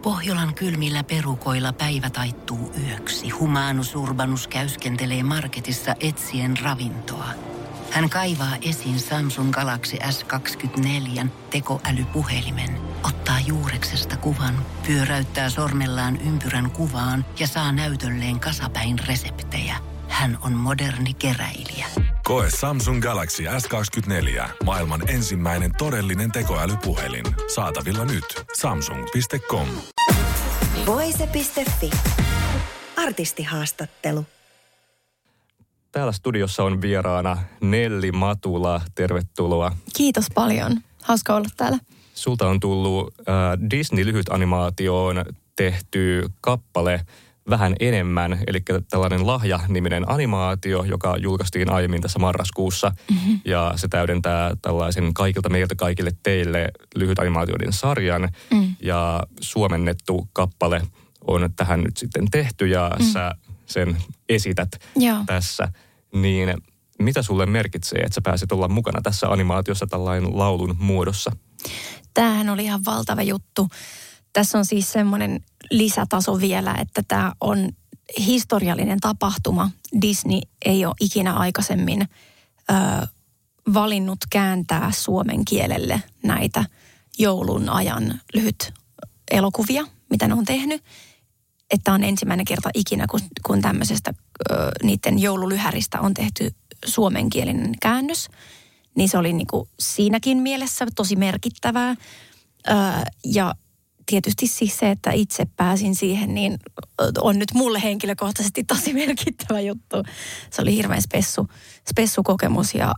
Pohjolan kylmillä perukoilla päivä taittuu yöksi. Humanus Urbanus käyskentelee marketissa etsien ravintoa. Hän kaivaa esiin Samsung Galaxy S24 tekoälypuhelimen, ottaa juureksesta kuvan, pyöräyttää sormellaan ympyrän kuvaan ja saa näytölleen kasapäin reseptejä. Hän on moderni keräilijä. Koe Samsung Galaxy S24. Maailman ensimmäinen todellinen tekoälypuhelin. Saatavilla nyt. Samsung.com. Voise.fi. Artistihaastattelu. Täällä studiossa on vieraana Nelli Matula. Tervetuloa. Kiitos paljon. Hauska olla täällä. Sulta on tullut Disney-lyhytanimaatioon tehty kappale Vähän enemmän, eli tällainen Lahja-niminen animaatio, joka julkaistiin aiemmin tässä marraskuussa. Mm-hmm. Ja se täydentää tällaisen Kaikilta meiltä kaikille teille lyhytanimaatioiden sarjan. Ja suomennettu kappale on tähän nyt sitten tehty ja sä sen esität tässä. Niin mitä sulle merkitsee, että sä pääsit olla mukana tässä animaatiossa tällainen laulun muodossa? Tämähän oli ihan valtava juttu. Tässä on siis semmoinen lisätaso vielä, että tämä on historiallinen tapahtuma. Disney ei ole ikinä aikaisemmin valinnut kääntää suomen kielelle näitä joulun ajan lyhyt elokuvia, mitä ne on tehnyt. Että on ensimmäinen kerta ikinä, kun tämmöisestä niiden joululyhäristä on tehty suomenkielinen käännös. Niin se oli niinku siinäkin mielessä tosi merkittävää. Ja tietysti siis se, että itse pääsin siihen, niin on nyt mulle henkilökohtaisesti tosi merkittävä juttu. Se oli hirveän spessukokemus ja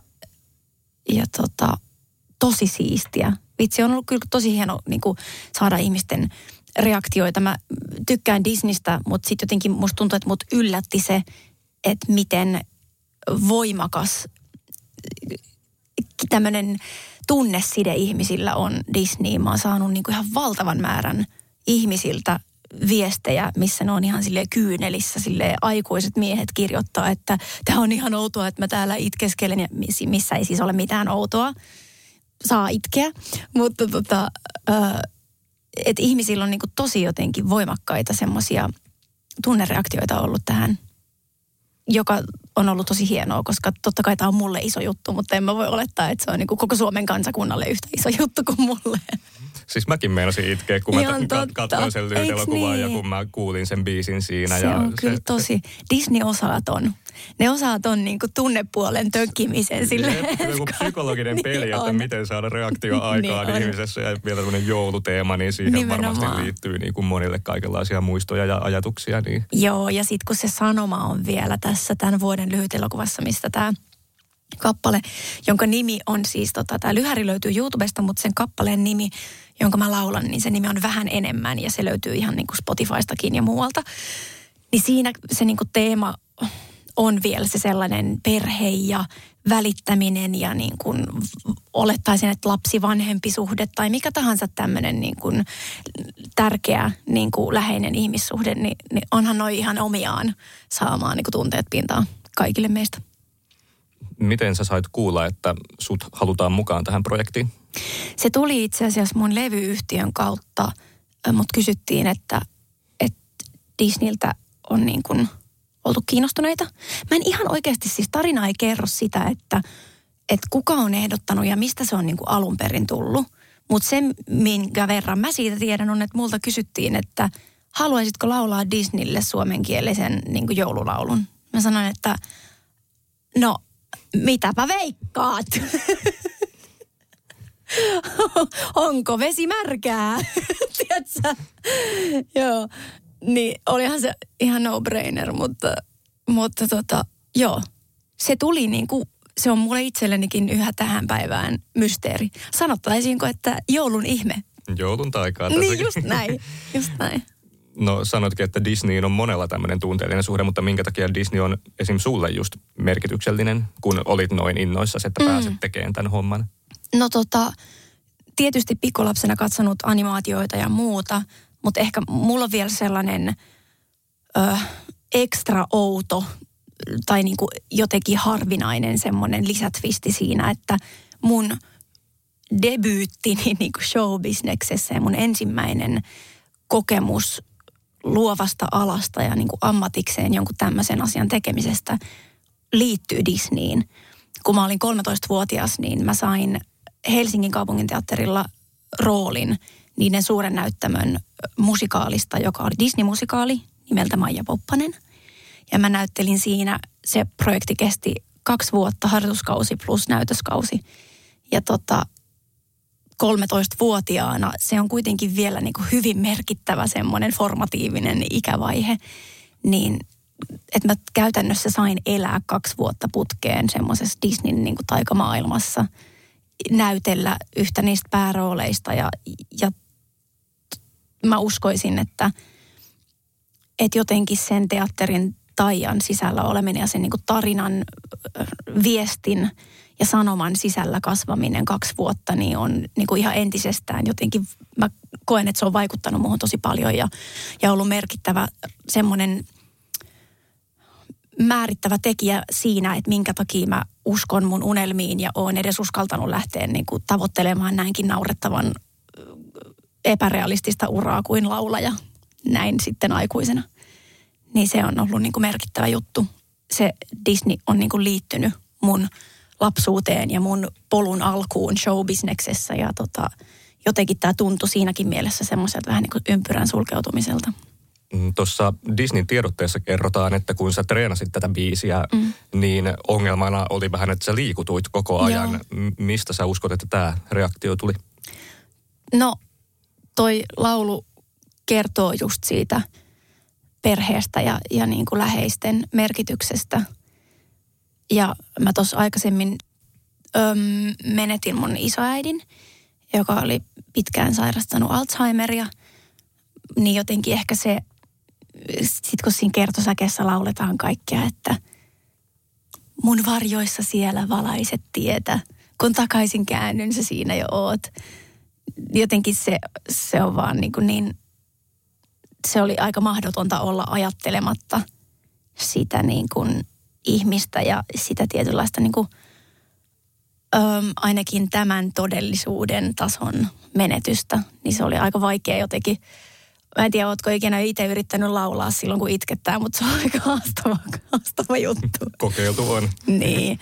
tosi siistiä. Vitsi, on ollut kyllä tosi hieno niin kuin saada ihmisten reaktioita. Mä tykkään Disneystä, mutta sitten jotenkin musta tuntuu, että mut yllätti se, että miten voimakas tämmöinen tunneside ihmisillä on Disney. Mä oon saanut niin kuin ihan valtavan määrän ihmisiltä viestejä, missä ne on ihan silleen kyynelissä, silleen aikuiset miehet kirjoittaa, että tämä on ihan outoa, että mä täällä itkeskelen, ja missä ei siis ole mitään outoa. Saa itkeä, mutta että ihmisillä on niin kuin tosi jotenkin voimakkaita semmoisia tunnereaktioita ollut tähän, joka on ollut tosi hienoa, koska totta kai tämä on mulle iso juttu, mutta en mä voi olettaa, että se on niin kuin koko Suomen kansakunnalle yhtä iso juttu kuin mulle. Siis mäkin meinasin itkeä, kun mä katsoin sen lyhyt elokuvaa ja kun mä kuulin sen biisin siinä. Se on kyllä tosi. Disney osaa ton. Ne osaa ton niin kuin tunnepuolen tökkimisen silleen. Se on joku psykologinen peli, niin että miten saada reaktio aikaan niin ihmisessä. Ja vielä tämmöinen jouluteema, niin siihen nimenomaan varmasti liittyy niin kuin monille kaikenlaisia muistoja ja ajatuksia. Niin. Joo, ja sitten kun se sanoma on vielä tässä tämän vuoden lyhyt elokuvassa, mistä tämä kappale, jonka nimi on siis, tämä lyhäri löytyy YouTubesta, mutta sen kappaleen nimi, jonka mä laulan, niin se nimi on Vähän enemmän ja se löytyy ihan niin kuin Spotifystakin ja muualta. Niin siinä se niin kuin teema on vielä se sellainen perhe ja välittäminen ja niin kuin olettaisin, että lapsi-vanhempi suhde tai mikä tahansa tämmöinen niin kuin tärkeä niin kuin läheinen ihmissuhde, niin onhan noi ihan omiaan saamaan niin kuin tunteet pintaan kaikille meistä. Miten sä sait kuulla, että sut halutaan mukaan tähän projektiin? Se tuli itse asiassa mun levyyhtiön kautta. Mut kysyttiin, että Disneyltä on niin kuin oltu kiinnostuneita. Mä en ihan oikeasti, siis tarina ei kerro sitä, että kuka on ehdottanut ja mistä se on niin kuin alun perin tullut. Mutta se, minkä verran mä siitä tiedän, on, että multa kysyttiin, että haluaisitko laulaa Disneylle suomenkielisen niin kuin joululaulun. Mä sanoin, että no, mitäpä veikkaat? Onko vesi märkää? Tiedätkö? Joo. Niin olihan se ihan no-brainer, mutta joo. Se tuli niin kuin, se on mulle itsellenikin yhä tähän päivään mysteeri. Sanottaisiinko, että joulun ihme? Joulun taikaa tässäkin. Niin just näin. No sanotkin, että Disney on monella tämmöinen tunteellinen suhde, mutta minkä takia Disney on esim. Sulle just merkityksellinen, kun olit noin innoissasi, että pääset tekemään tämän homman? No tietysti pikkulapsena katsonut animaatioita ja muuta, mutta ehkä mulla on vielä sellainen ekstra outo tai niinku jotenkin harvinainen semmoinen lisätvisti siinä, että mun debyyttini niinku showbisneksessä ja mun ensimmäinen kokemus luovasta alasta ja niin kuin ammatikseen jonkun tämmöisen asian tekemisestä liittyy Disneyin. Kun mä olin 13-vuotias, niin mä sain Helsingin kaupunginteatterilla roolin niiden suuren näyttämön musikaalista, joka oli Disney-musikaali nimeltä Maija Poppanen. Ja mä näyttelin siinä, se projekti kesti 2 vuotta, harjoituskausi plus näytöskausi. Ja 13-vuotiaana se on kuitenkin vielä niin kuin hyvin merkittävä semmoinen formatiivinen ikävaihe. Niin, että mä käytännössä sain elää 2 vuotta putkeen semmoisessa Disneyn niin kuin taikamaailmassa, näytellä yhtä niistä päärooleista ja mä uskoisin, että jotenkin sen teatterin taian sisällä oleminen ja sen niin kuin tarinan, viestin ja sanoman sisällä kasvaminen 2 vuotta, niin on niin kuin ihan entisestään jotenkin, mä koen, että se on vaikuttanut muuhun tosi paljon ja ollut merkittävä semmoinen määrittävä tekijä siinä, että minkä takia mä uskon mun unelmiin ja oon edes uskaltanut lähteä niin kuin tavoittelemaan näinkin naurettavan epärealistista uraa kuin laulaja näin sitten aikuisena. Niin se on ollut niin kuin merkittävä juttu. Se Disney on niin kuin liittynyt mun lapsuuteen ja mun polun alkuun showbisneksessä ja jotenkin tämä tuntui siinäkin mielessä semmoiselta vähän niin kuin ympyrän sulkeutumiselta. Tuossa Disneyn tiedotteessa kerrotaan, että kun sä treenasit tätä biisiä, niin ongelmana oli vähän, että sä liikutuit koko ajan. Joo. Mistä sä uskot, että tämä reaktio tuli? No, toi laulu kertoo just siitä perheestä ja niin kuin läheisten merkityksestä. Ja mä tuossa aikaisemmin menetin mun isoäidin, joka oli pitkään sairastanut Alzheimeria. Niin jotenkin ehkä se, sit kun siinä kertosäkeessä lauletaan kaikkea, että mun varjoissa siellä valaiset tietä, kun takaisin käännyn, sä siinä jo oot. Jotenkin se on vaan niin, se oli aika mahdotonta olla ajattelematta sitä niin kuin ihmistä ja sitä tietynlaista niin kuin, ainakin tämän todellisuuden tason menetystä. Niin se oli aika vaikea jotenkin. Mä en tiedä, ootko ikinä itse yrittänyt laulaa silloin, kun itkettää, mutta se on aika haastava juttu. Kokeiltu on. Niin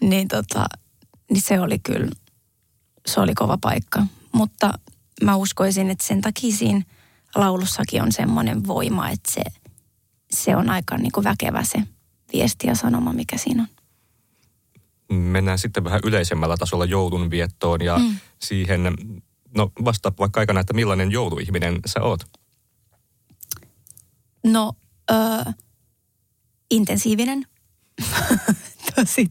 se oli kyllä, se oli kova paikka. Mutta mä uskoisin, että sen takia siinä laulussakin on semmoinen voima, että se on aika niin kuin väkevä se viesti ja sanoma, mikä siinä on. Mennään sitten vähän yleisemmällä tasolla joulunviettoon ja siihen, no vastaa vaikka aikana, että millainen jouluihminen sä oot? No, intensiivinen. Tosi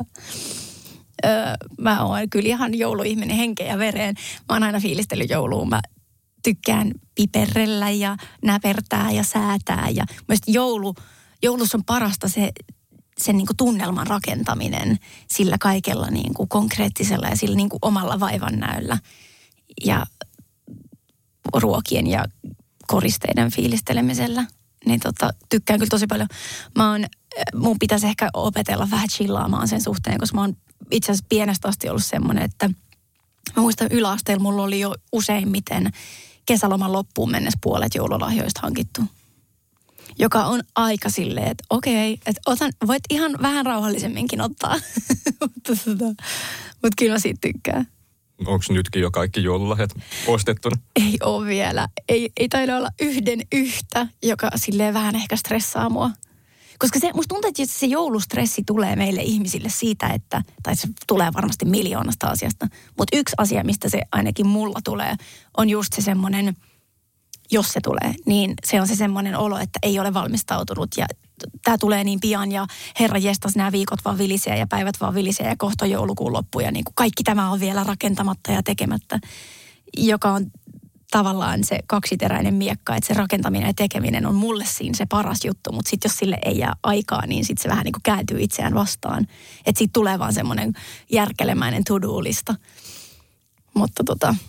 mä oon kyllä ihan jouluihminen henkeen ja vereen. Mä oon aina fiilistellyt jouluun. Mä tykkään piperrellä ja näpertää ja säätää. Ja mielestäni joulussa on parasta sen niin kuin tunnelman rakentaminen sillä kaikella niin kuin konkreettisella ja sillä niin kuin omalla vaivannäöllä. Ja ruokien ja koristeiden fiilistelemisellä. Niin tykkään kyllä tosi paljon. Mun pitäisi ehkä opetella vähän chillaamaan sen suhteen, koska mä oon itse asiassa pienestä asti ollut semmoinen, että mä muistan yläasteella mulla oli jo useimmiten kesäloman loppuun mennessä puolet joululahjoista hankittu. Joka on aika silleen, että okei, että voit ihan vähän rauhallisemminkin ottaa. Mutta kyllä mä siitä tykkään. Onko nytkin jo kaikki joululahjat ostettuna? Ei ole vielä. Ei taida olla yhtä, joka silleen vähän ehkä stressaa mua. Koska musta tuntuu, että se joulustressi tulee meille ihmisille siitä, tai se tulee varmasti miljoonasta asiasta. Mutta yksi asia, mistä se ainakin mulla tulee, on just se semmoinen, jos se tulee, niin se on se semmoinen olo, että ei ole valmistautunut ja tämä tulee niin pian ja herra jestas, nämä viikot vaan vilisee ja päivät vaan vilisee ja kohta joulukuun loppu ja niin kuin kaikki tämä on vielä rakentamatta ja tekemättä, joka on tavallaan se kaksiteräinen miekka, että se rakentaminen ja tekeminen on mulle siinä se paras juttu, mutta sitten jos sille ei jää aikaa, niin sitten se vähän niin kuin kääntyy itseään vastaan. Että siitä tulee vaan semmoinen järkelemäinen to-do-lista. Mutta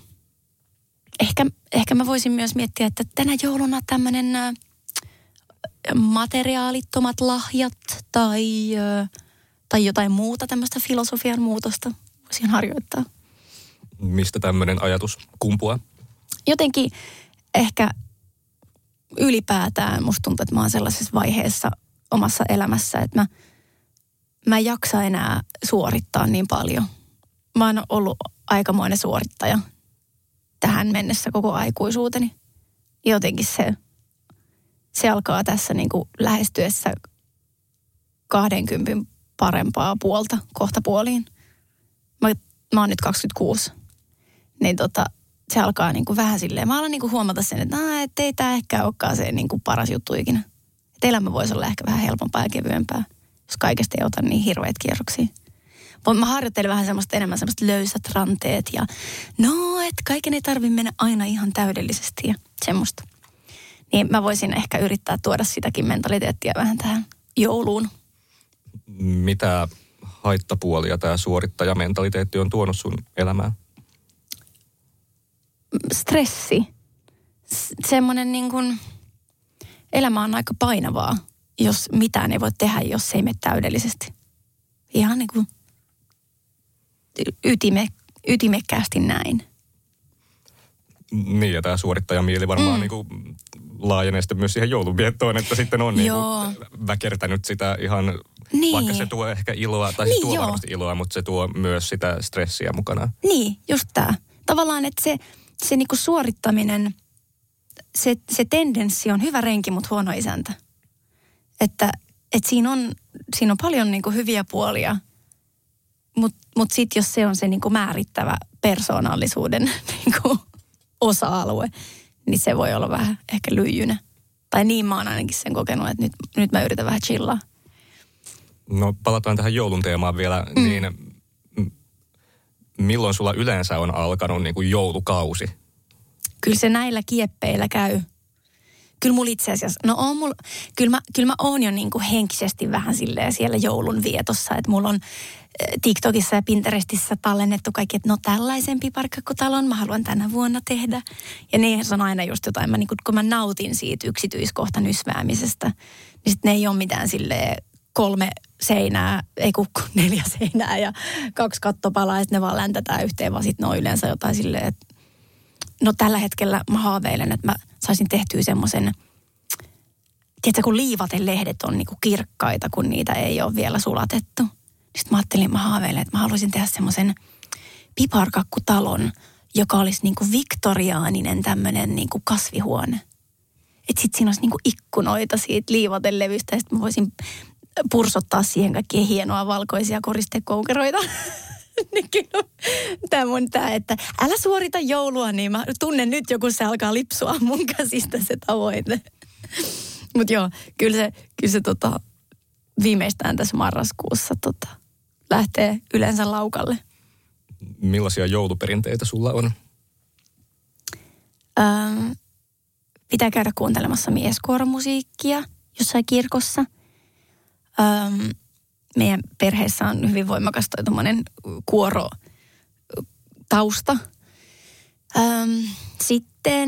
ehkä mä voisin myös miettiä, että tänä jouluna tämmöinen materiaalittomat lahjat tai jotain muuta tämmöistä filosofian muutosta voisin harjoittaa. Mistä tämmöinen ajatus kumpuaa? Jotenkin ehkä ylipäätään musta tuntuu, että mä oon sellaisessa vaiheessa omassa elämässä, että mä en jaksa enää suorittaa niin paljon. Mä oon ollut aikamoinen suorittaja tähän mennessä koko aikuisuuteni. Jotenkin se alkaa tässä niin kuin lähestyessä 20 parempaa puolta kohta puoliin. Mä oon nyt 26. Niin se alkaa niin kuin vähän silleen. Mä alan niin kuin huomata sen, että ei tää ehkä olekaan se niin kuin paras juttu ikinä. Että elämä voisi olla ehkä vähän helpompaa ja kevyempää, jos kaikesta ei ota niin hirveät kierroksia. Mä harjoittelen vähän enemmän semmoista löysät ranteet ja että kaiken ei tarvitse mennä aina ihan täydellisesti ja semmoista. Niin mä voisin ehkä yrittää tuoda sitäkin mentaliteettia vähän tähän jouluun. Mitä haittapuolia tämä suorittajamentaliteetti on tuonut sun elämään? Stressi. Semmoinen niin kuin, elämä on aika painavaa, jos mitään ei voi tehdä, jos se ei mene täydellisesti. Ihan niin kuin ytimekkäästi näin. Niin, ja tämä suorittajamieli varmaan niin kuin laajenee sitten myös siihen joulunviettoon, että sitten on niin kuin väkertänyt sitä ihan, vaikka se tuo ehkä iloa, tai siis tuo varmasti iloa, mutta se tuo myös sitä stressiä mukana. Niin, just tämä. Tavallaan, että se niin kuin suorittaminen, se tendenssi on hyvä renki, mutta huono isäntä. Että siinä on paljon niin kuin hyviä puolia, mutta sitten jos se on se niin kuin määrittävä persoonallisuuden niin kuin osa-alue, niin se voi olla vähän ehkä lyijynä. Tai niin mä oon ainakin sen kokenut, että nyt mä yritän vähän chillaa. No palataan tähän joulun teemaan vielä, niin milloin sulla yleensä on alkanut niin kuin joulukausi? Kyllä se näillä kieppeillä käy. Kyllä mulla itse asiassa, kyllä mä oon jo niin kuin henkisesti vähän silleen siellä joulun vietossa, että mulla on TikTokissa ja Pinterestissä tallennettu kaikki, että tällaisen piparkakkutalon mä haluan tänä vuonna tehdä. Ja niihin on aina just jotain, kun mä nautin siitä yksityiskohtan ysmäämisestä, niin sitten ne ei ole mitään silleen 3 seinää, 4 seinää ja 2 kattopalaa, ja sitten ne vaan läntätään yhteen, vaan sitten ne on yleensä jotain silleen, että tällä hetkellä mä haaveilen, että mä saisin tehtyä semmoisen, tiedätkö, kun liivatelehdet on niinku kirkkaita, kun niitä ei ole vielä sulatettu. Sitten mä ajattelin, mä haaveilen, että mä haluaisin tehdä semmoisen piparkakkutalon, joka olisi niinku viktoriaaninen tämmöinen niinku kasvihuone. Että sitten siinä olisi niinku ikkunoita siitä liivatelevystä ja sitten mä voisin pursottaa siihen kaikkia hienoa valkoisia koristekoukeroita. Niin kyllä tämä, että älä suorita joulua, niin mä tunnen nyt joku se alkaa lipsua mun käsistä se tavoite. Mutta joo, kyllä se viimeistään tässä marraskuussa lähtee yleensä laukalle. Millaisia jouluperinteitä sulla on? Pitää käydä kuuntelemassa mieskuoromusiikkia jossain kirkossa. Meidän perheessä on hyvin voimakas toi tommonen kuorotausta. Sitten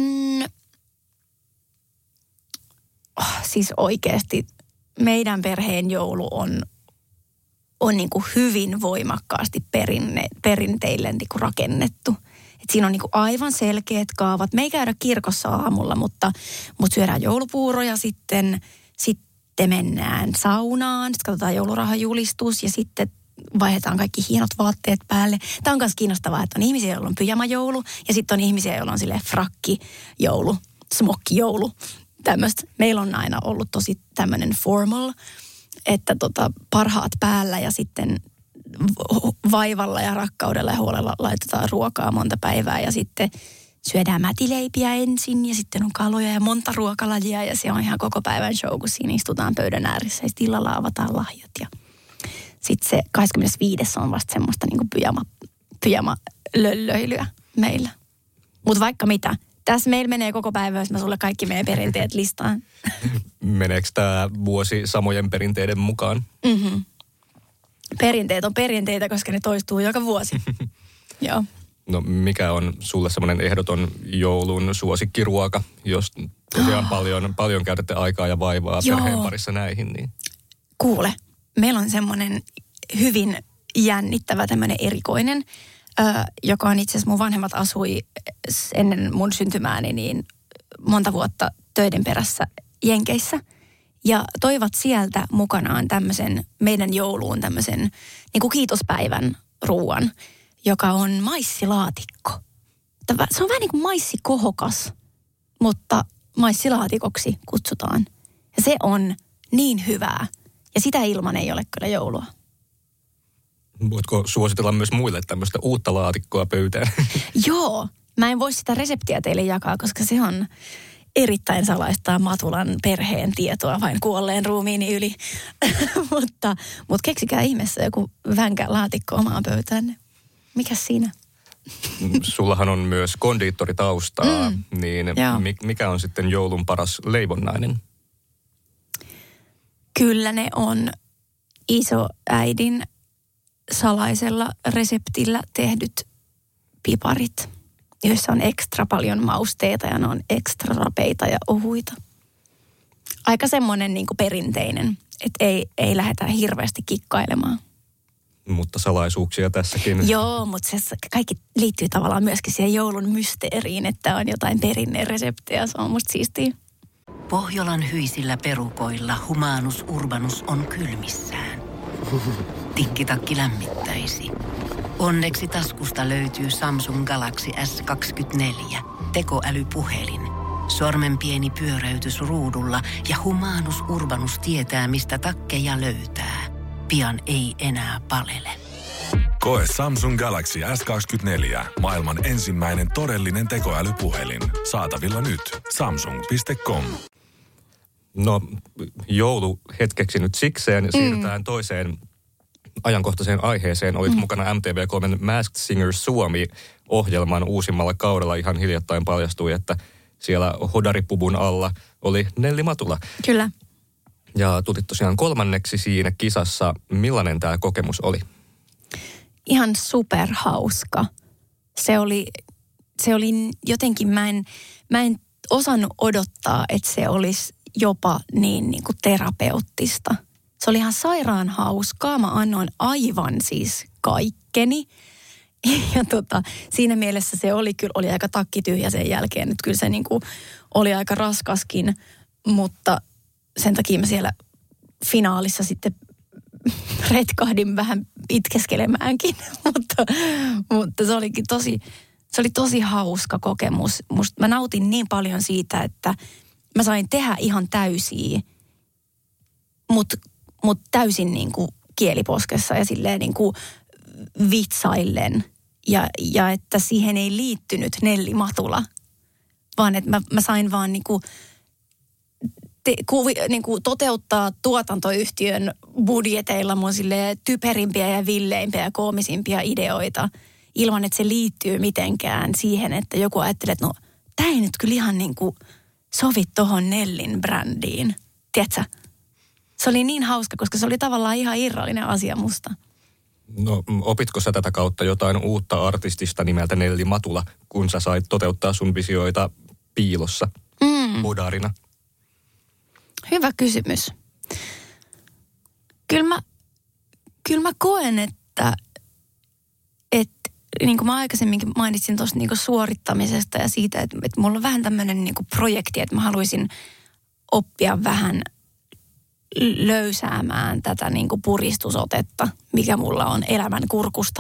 siis oikeasti meidän perheen joulu on niin kuin hyvin voimakkaasti perinteille niin kuin rakennettu. Et siinä on niin kuin aivan selkeät kaavat. Me ei käydä kirkossa aamulla, mutta syödään joulupuuroja sitten mennään saunaan, sitten katsotaan joulurahajulistus ja sitten vaihdetaan kaikki hienot vaatteet päälle. Tämä on myös kiinnostavaa, että on ihmisiä, joilla on pyjamajoulu ja sitten on ihmisiä, joilla on silleen frakkijoulu, smokkijoulu. Tämmöistä. Meillä on aina ollut tosi tämmöinen formal, että parhaat päällä ja sitten vaivalla ja rakkaudella ja huolella laitetaan ruokaa monta päivää ja sitten syödään mätileipiä ensin ja sitten on kaloja ja monta ruokalajia ja se on ihan koko päivän show, kun siinä istutaan pöydän ääressä ja sitten illalla avataan lahjat. Ja sitten se 25. on vasta semmoista niinku pyjama-löllöilyä meillä. Mutta vaikka mitä, tässä meillä menee koko päivä, jos mä sulle kaikki meidän perinteet listaan. Meneekö tämä vuosi samojen perinteiden mukaan? Mm-hmm. Perinteet on perinteitä, koska ne toistuu joka vuosi. Joo. No mikä on sulle semmoinen ehdoton joulun suosikkiruoka, jos tosiaan paljon käytätte aikaa ja vaivaa perheen parissa näihin? Niin. Kuule, meillä on semmoinen hyvin jännittävä tämmöinen erikoinen, joka on itse asiassa mun vanhemmat asui ennen mun syntymääni niin monta vuotta töiden perässä Jenkeissä. Ja toivat sieltä mukanaan tämmöisen meidän jouluun tämmöisen niin kuin kiitospäivän ruuan, joka on maissilaatikko. Se on vähän niin kuin maissikohokas, mutta maissilaatikoksi kutsutaan. Ja se on niin hyvää. Ja sitä ilman ei ole kyllä joulua. Voitko suositella myös muille tämmöistä uutta laatikkoa pöytään? Joo. Mä en voi sitä reseptiä teille jakaa, koska se on erittäin salaista Matulan perheen tietoa vain kuolleen ruumiini yli. mutta keksikää ihmeessä joku vänkä laatikko omaan pöytään. Mikäs siinä? Sullahan on myös kondiittoritaustaa, niin mikä on sitten joulun paras leivonnainen? Kyllä ne on isoäidin salaisella reseptillä tehdyt piparit, joissa on ekstra paljon mausteita ja ne on ekstra rapeita ja ohuita. Aika semmoinen niin kuin perinteinen, että ei lähdetä hirveästi kikkailemaan. Mutta salaisuuksia tässäkin. Joo, mutta se kaikki liittyy tavallaan myöskin siihen joulun mysteeriin, että on jotain perinnereseptejä. Se on musta siistiä. Pohjolan hyisillä perukoilla Humanus Urbanus on kylmissään. Tikkitakki lämmittäisi. Onneksi taskusta löytyy Samsung Galaxy S24. Tekoälypuhelin. Sormen pieni pyöräytys ruudulla ja Humanus Urbanus tietää, mistä takkeja löytää. Pian ei enää palele. Koe Samsung Galaxy S24. Maailman ensimmäinen todellinen tekoälypuhelin. Saatavilla nyt. Samsung.com. No, joulu hetkeksi nyt sikseen. Siirrytään toiseen ajankohtaiseen aiheeseen. Olit mukana MTV3 Masked Singer Suomi-ohjelman uusimmalla kaudella. Ihan hiljattain paljastui, että siellä hodaripuvun alla oli Nelli Matula. Kyllä. Ja tulit tosiaan 3. siinä kisassa. Millainen tämä kokemus oli? Ihan superhauska. Se oli jotenkin, mä en osannut odottaa, että se olisi jopa niin kuin terapeuttista. Se oli ihan sairaan hauskaa. Mä annoin aivan siis kaikkeni. Ja siinä mielessä se oli aika takkityhjä sen jälkeen. Että kyllä se niin kuin oli aika raskaskin, mutta sen takia mä siellä finaalissa sitten retkahdin vähän itkeskelemäänkin. mutta se olikin tosi hauska kokemus. Mä nautin niin paljon siitä, että mä sain tehdä ihan täysiä, mut täysin niin kuin kieliposkessa ja silleen niin kuin vitsaillen. Ja että siihen ei liittynyt Nelli Matula, vaan että mä sain vaan niin kuin toteuttaa tuotantoyhtiön budjeteilla mun silleen typerimpiä ja villeimpiä ja koomisimpia ideoita ilman, että se liittyy mitenkään siihen, että joku ajattelee, että no tää ei nyt kyllä ihan niin kuin sovi tohon Nellin brändiin. Tiedätkö? Se oli niin hauska, koska se oli tavallaan ihan irrallinen asia musta. No, opitko sä tätä kautta jotain uutta artistista nimeltä Nelli Matula, kun sä sait toteuttaa sun visioita piilossa modarina? Hyvä kysymys. Kyllä mä koen, että niin kuin mä aikaisemminkin mainitsin tuosta niin kuin suorittamisesta ja siitä, että mulla on vähän tämmöinen niin kuin projekti, että mä haluaisin oppia vähän löysäämään tätä niin kuin puristusotetta, mikä mulla on elämän kurkusta.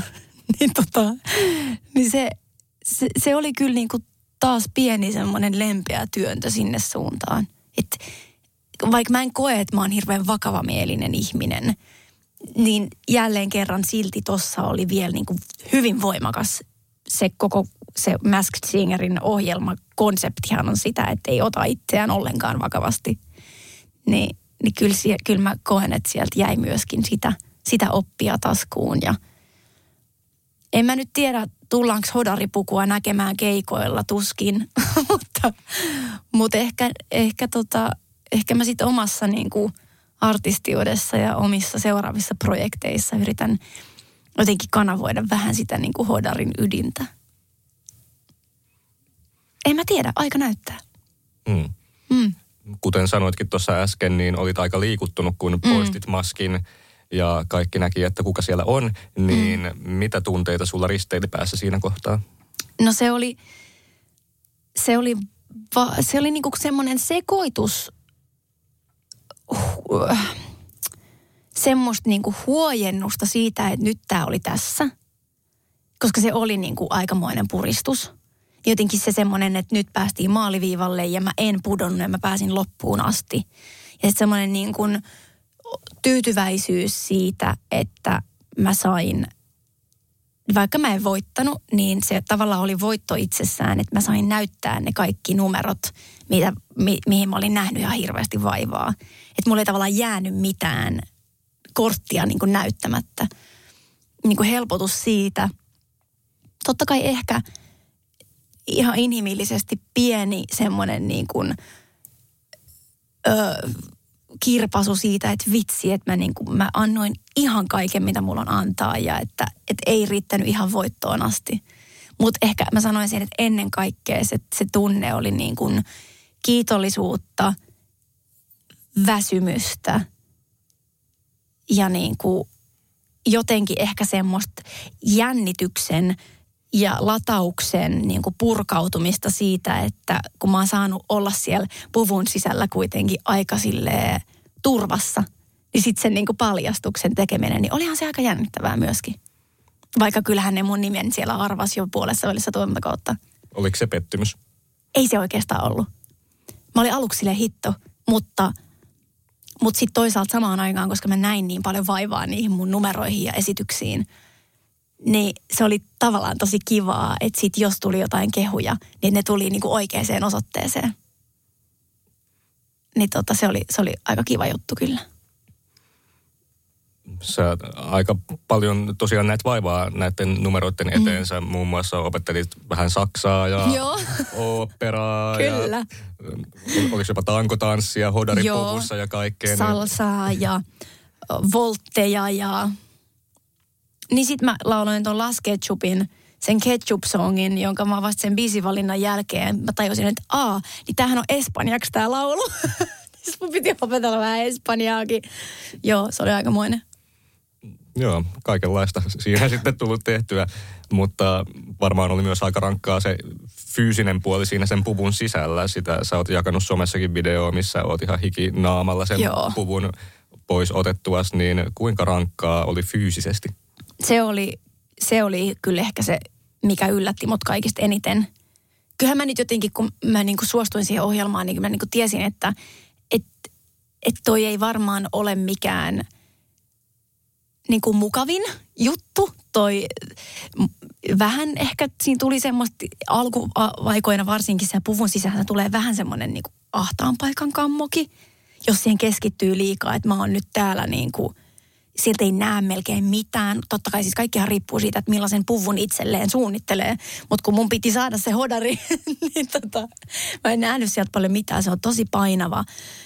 niin se oli kyllä niin kuin taas pieni semmoinen lempeä työntö sinne suuntaan. Että vaikka mä en koe, että mä oon hirveän vakavamielinen ihminen, niin jälleen kerran silti tossa oli vielä niin kuin hyvin voimakas se Masked Singerin ohjelmakonseptihan on sitä, että ei ota itseään ollenkaan vakavasti. Niin kyllä mä koen, että sieltä jäi myöskin sitä oppia taskuun. Ja en mä nyt tiedä, tullaanko hodaripukua näkemään keikoilla tuskin, mutta ehkä mä sitten omassa niin kuin artistiudessa ja omissa seuraavissa projekteissa yritän jotenkin kanavoida vähän sitä niin kuin hodarin ydintä. En mä tiedä, aika näyttää. Kuten sanoitkin tuossa äsken, niin olit aika liikuttunut, kun poistit maskin ja kaikki näki, että kuka siellä on. Niin mitä tunteita sulla risteili päässä siinä kohtaa? No se oli se oli niinku semmoinen sekoitus, semmoista niinku huojennusta siitä, että nyt tää oli tässä. Koska se oli niinku aikamoinen puristus. Jotenkin se semmoinen, että nyt päästiin maaliviivalle ja mä en pudonnut ja mä pääsin loppuun asti. Ja sitten semmoinen niinku tyytyväisyys siitä, että mä sain, vaikka mä en voittanut, niin se tavallaan oli voitto itsessään, että mä sain näyttää ne kaikki numerot, mihin mä olin nähnyt ihan hirveästi vaivaa. Että mulla ei tavallaan jäänyt mitään korttia niin kuin näyttämättä. Niin kuin helpotus siitä. Totta kai ehkä ihan inhimillisesti pieni semmoinen niin kuin, kirpasu siitä, että vitsi, että mä annoin ihan kaiken, mitä mulla on antaa ja että ei riittänyt ihan voittoon asti. Mutta ehkä mä sanoisin, että ennen kaikkea se tunne oli niin kuin kiitollisuutta, väsymystä ja niin kuin jotenkin ehkä semmoista jännityksen ja latauksen niin kuin purkautumista siitä, että kun mä oon saanut olla siellä puvun sisällä kuitenkin aika silleen turvassa, niin sitten sen niin kuin paljastuksen tekeminen, niin olihan se aika jännittävää myöskin. Vaikka kyllähän ne mun nimen siellä arvasi jo puolessa välissä toimintakautta. Oliko se pettymys? Ei se oikeastaan ollut. Mä olin aluksi silleen hitto, mutta sitten toisaalta samaan aikaan, koska mä näin niin paljon vaivaa niihin mun numeroihin ja esityksiin, niin se oli tavallaan tosi kivaa, että sit jos tuli jotain kehuja, niin ne tuli niinku oikeaan osoitteeseen. Niin se oli aika kiva juttu kyllä. Sä aika paljon tosiaan näet vaivaa näiden numeroiden eteen. Sä muun muassa opettelit vähän saksaa ja oopperaa. Kyllä. Ja oliko jopa tankotanssia, hodaripuvussa ja kaikkea. Salsaa ja voltteja ja... Niin sit mä lauloin ton Las Ketchupin, sen Ketchup-songin, jonka mä vasta sen biisivalinnan jälkeen mä tajusin, että niin tämähän on espanjaksi tää laulu. Siis mun piti opetella vähän espanjaakin. Joo, se oli aikamoinen. Joo, kaikenlaista siinä sitten tullut tehtyä, mutta varmaan oli myös aika rankkaa se fyysinen puoli siinä sen puvun sisällä. Sitä sä oot jakanut somessakin videoa, missä oot ihan hikinaamalla sen puvun pois otettuas, niin kuinka rankkaa oli fyysisesti? Se oli kyllä ehkä se, mikä yllätti mut kaikista eniten. Kyllähän mä nyt jotenkin, kun mä niinku suostuin siihen ohjelmaan, niin mä niinku tiesin, että toi ei varmaan ole mikään niinku mukavin juttu. Toi vähän ehkä siinä tuli semmoista alkuaikoina varsinkin se puvun sisällä tulee vähän semmoinen niinku ahtaan paikan kammoki, jos siihen keskittyy liikaa, että mä oon nyt täällä niinku... Siltä ei näe melkein mitään. Totta kai siis kaikkihan riippuu siitä, että millaisen puvun itselleen suunnittelee. Mutta kun mun piti saada se hodari, niin mä en nähnyt sieltä paljon mitään. Se on tosi painava.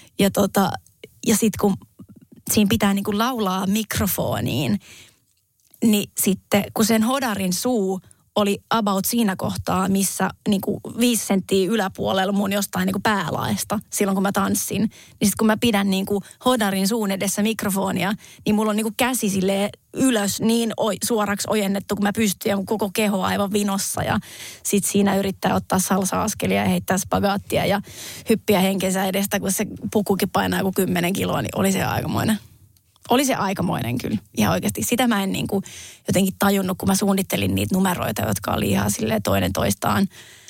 Ja sitten kun siinä pitää niinku laulaa mikrofoniin, niin sitten kun sen hodarin suu oli about siinä kohtaa, missä niinku 5 senttiä yläpuolella mun jostain niinku päälaesta silloin, kun mä tanssin. Niin sitten kun mä pidän niinku hodarin suun edessä mikrofonia, niin mulla on niinku käsi silleen ylös niin suoraksi ojennettu, kun mä pystyn ja koko keho aivan vinossa. Ja sitten siinä yrittää ottaa salsa-askelia ja heittää spagaattia ja hyppiä henkensä edestä, kun se pukukin painaa joku 10 kiloa, niin oli se aikamoinen. Oli se aikamoinen kyllä, ihan oikeasti. Sitä mä en niin kuin jotenkin tajunnut, kun mä suunnittelin niitä numeroita, jotka oli ihan silleen toinen toistaan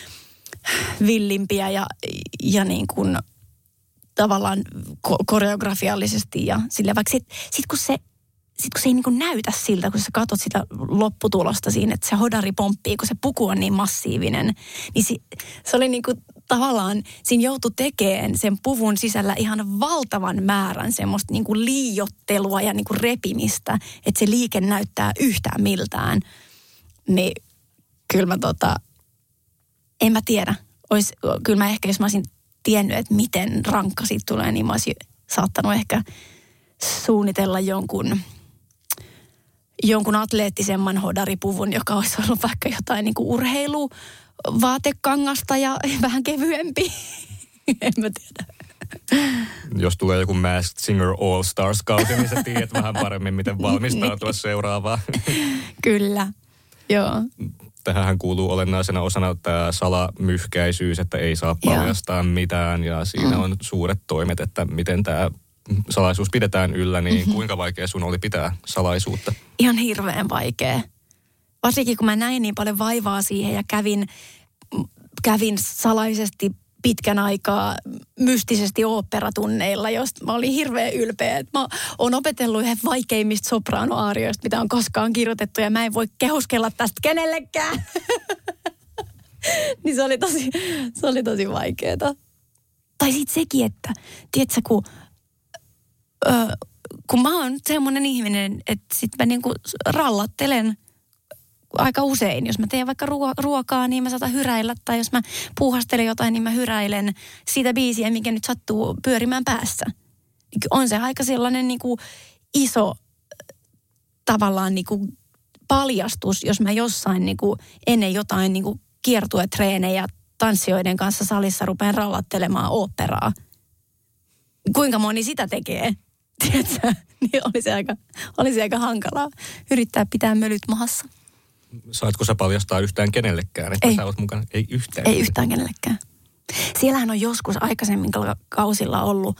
villimpiä ja niin kuin tavallaan koreografiallisesti. Ja silleen, vaikka sit kun se ei niin kuin näytä siltä, kun sä katsot sitä lopputulosta siinä, että se hodari pomppii, kun se puku on niin massiivinen, niin se oli niin kuin tavallaan, siinä joutui tekemään sen puvun sisällä ihan valtavan määrän semmoista niin kuin liiottelua ja niin kuin repimistä, että se liike näyttää yhtään miltään. Niin kyllä mä en mä tiedä. Kyllä mä ehkä, jos mä olisin tiennyt, että miten rankka siitä tulee, niin mä olisin saattanut ehkä suunnitella jonkun atleettisemman hodaripuvun, joka olisi ollut vaikka jotain niin kuin urheiluvaatekangasta ja vähän kevyempi. En mä tiedä. Jos tulee joku Masked Singer All Stars -kausi, niin sä tiedät vähän paremmin, miten valmistautua seuraavaan. Kyllä, joo. tähän kuuluu olennaisena osana tämä salamyhkäisyys, että ei saa paljastaa mitään ja siinä on suuret toimet, että miten tämä salaisuus pidetään yllä, niin kuinka vaikea sun oli pitää salaisuutta? Ihan hirveän vaikea. Varsinkin kun mä näin niin paljon vaivaa siihen ja kävin salaisesti pitkän aikaa mystisesti oopperatunneilla, josta mä olin hirveän ylpeä. Mä oon opetellut yhden vaikeimmista sopranoaarioista, mitä on koskaan kirjoitettu, ja mä en voi kehuskella tästä kenellekään. Niin se oli tosi vaikeeta. Tai sit sekin, että tiedätkö, kun mä oon semmoinen ihminen, että sit mä niinku rallattelen aika usein. Jos mä teen vaikka ruokaa, niin mä saatan hyräillä. Tai jos mä puuhastelen jotain, niin mä hyräilen siitä biisiä, mikä nyt sattuu pyörimään päässä. On se aika sellainen niinku iso tavallaan niinku paljastus, jos mä jossain niinku ennen jotain niinku kiertuetreenejä tanssijoiden kanssa salissa rupean rallattelemaan oopperaa. Kuinka moni sitä tekee? Tiedätkö? Niin olisi aika hankalaa yrittää pitää mölyt mahassa. Saatko sä paljastaa yhtään kenellekään, että sä oot mukana? Ei yhtään. Ei yhtään kenellekään. Siellähän on joskus aikaisemmin kausilla ollut,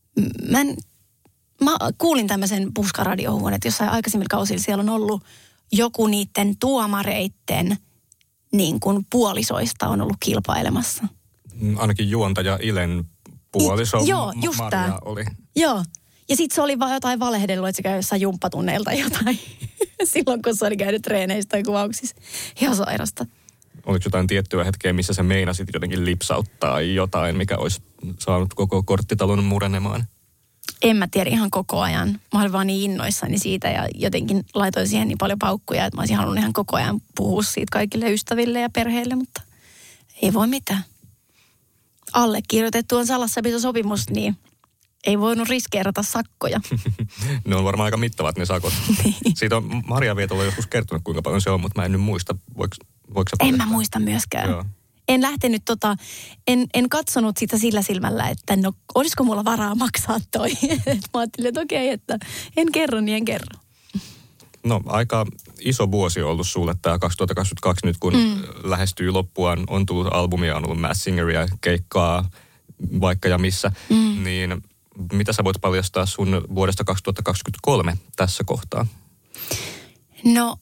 mä kuulin tämmöisen puskaradiohuon, että jossain aikaisemmilla kausilla siellä on ollut joku niiden tuomareitten niin kuin puolisoista on ollut kilpailemassa. Ainakin juontaja Ilen puoliso just Maria tää. oli. Joo. Ja sitten se oli vaan jotain valehdellut, että se käy jossain jumppatunneilta jotain. Silloin, kun se oli käynyt treeneissä tai kuvauksissa. Ihan sairasta. Oliko jotain tiettyä hetkeä, missä sä meinasit jotenkin lipsauttaa jotain, mikä olisi saanut koko korttitalon murenemaan? En mä tiedä ihan koko ajan. Mä olin vaan niin innoissani siitä ja jotenkin laitoin siihen niin paljon paukkuja, että mä olisin halunnut ihan koko ajan puhua siitä kaikille ystäville ja perheille, mutta ei voi mitään. Allekirjoitettu on salassapitosopimus, niin ei voinut riskeerata sakkoja. Ne on varmaan aika mittavat ne sakot. Niin. Siitä on Maria Vietola joskus kertonut, kuinka paljon se on, mutta mä en nyt muista. Voiko sä en mä muista myöskään. Joo. En lähtenyt en katsonut sitä sillä silmällä, että no olisiko mulla varaa maksaa toi. Mä ajattelin, että okei, että en kerro, niin en kerro. No aika iso vuosi on ollut sulle tämä 2022 nyt, kun lähestyy loppuaan. On tullut albumia, on ollut Masked Singeria, keikkaa vaikka ja missä. Niin mitä sä voit paljastaa sun vuodesta 2023 tässä kohtaa? No,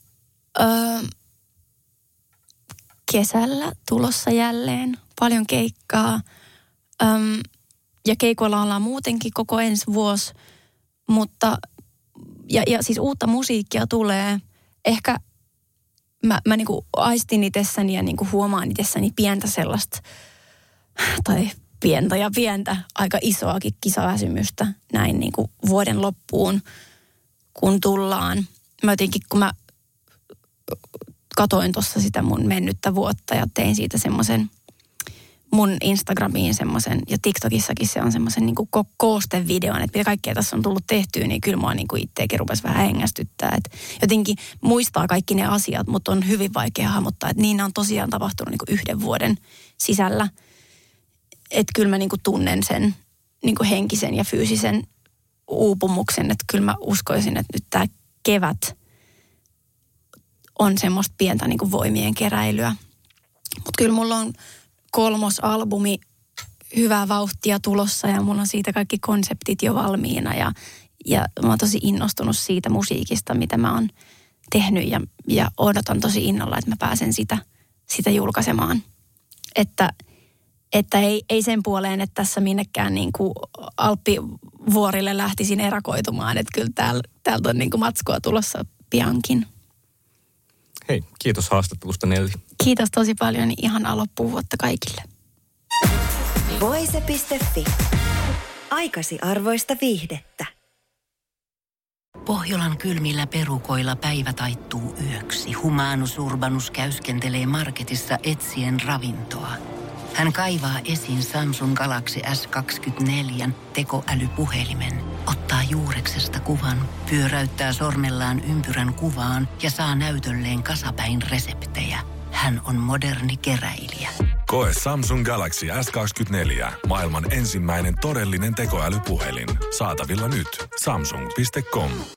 kesällä tulossa jälleen paljon keikkaa. Ja keikoilla ollaan muutenkin koko ensi vuosi. Mutta, ja siis uutta musiikkia tulee. Ehkä mä niinku aistin itsessäni ja niinku huomaan itsessäni pientä sellaista, tai pientä, aika isoakin kisaväsymystä näin niinku vuoden loppuun, kun tullaan. Mä jotenkin, kun mä katoin tuossa sitä mun mennyttä vuotta ja tein siitä semmoisen mun Instagramiin semmoisen, ja TikTokissakin se on semmoisen niinku koostevideon, että mitä kaikkea tässä on tullut tehtyä, niin kyllä mua niinku itseäkin rupesi vähän hengästyttää. Et jotenkin muistaa kaikki ne asiat, mutta on hyvin vaikea hahmottaa, että niin ne on tosiaan tapahtunut niinku yhden vuoden sisällä. Että kyllä mä niinku tunnen sen niinku henkisen ja fyysisen uupumuksen, että kyllä mä uskoisin, että nyt tää kevät on semmoista pientä niinku voimien keräilyä. Mutta kyllä mulla on 3. albumi hyvää vauhtia tulossa ja mulla on siitä kaikki konseptit jo valmiina ja mä oon tosi innostunut siitä musiikista, mitä mä oon tehnyt ja odotan tosi innolla, että mä pääsen sitä julkaisemaan. Että ei sen puoleen, että tässä minnekään niin kuin Alppivuorille lähtisin erakoitumaan, että kyllä täältä on niin kuin matskua tulossa piankin. Hei, kiitos haastattelusta, Nelli. Kiitos tosi paljon, niin ihanaa loppuvuotta kaikille. Voise.fi. Aikasi arvoista viihdettä. Pohjolan kylmillä perukoilla päivä taittuu yöksi. Humanus Urbanus käyskentelee marketissa etsien ravintoa. Hän kaivaa esiin Samsung Galaxy S24 tekoälypuhelimen, ottaa juureksesta kuvan, pyöräyttää sormellaan ympyrän kuvaan ja saa näytölleen kasapäin reseptejä. Hän on moderni keräilijä. Koe Samsung Galaxy S24. Maailman ensimmäinen todellinen tekoälypuhelin. Saatavilla nyt. Samsung.com.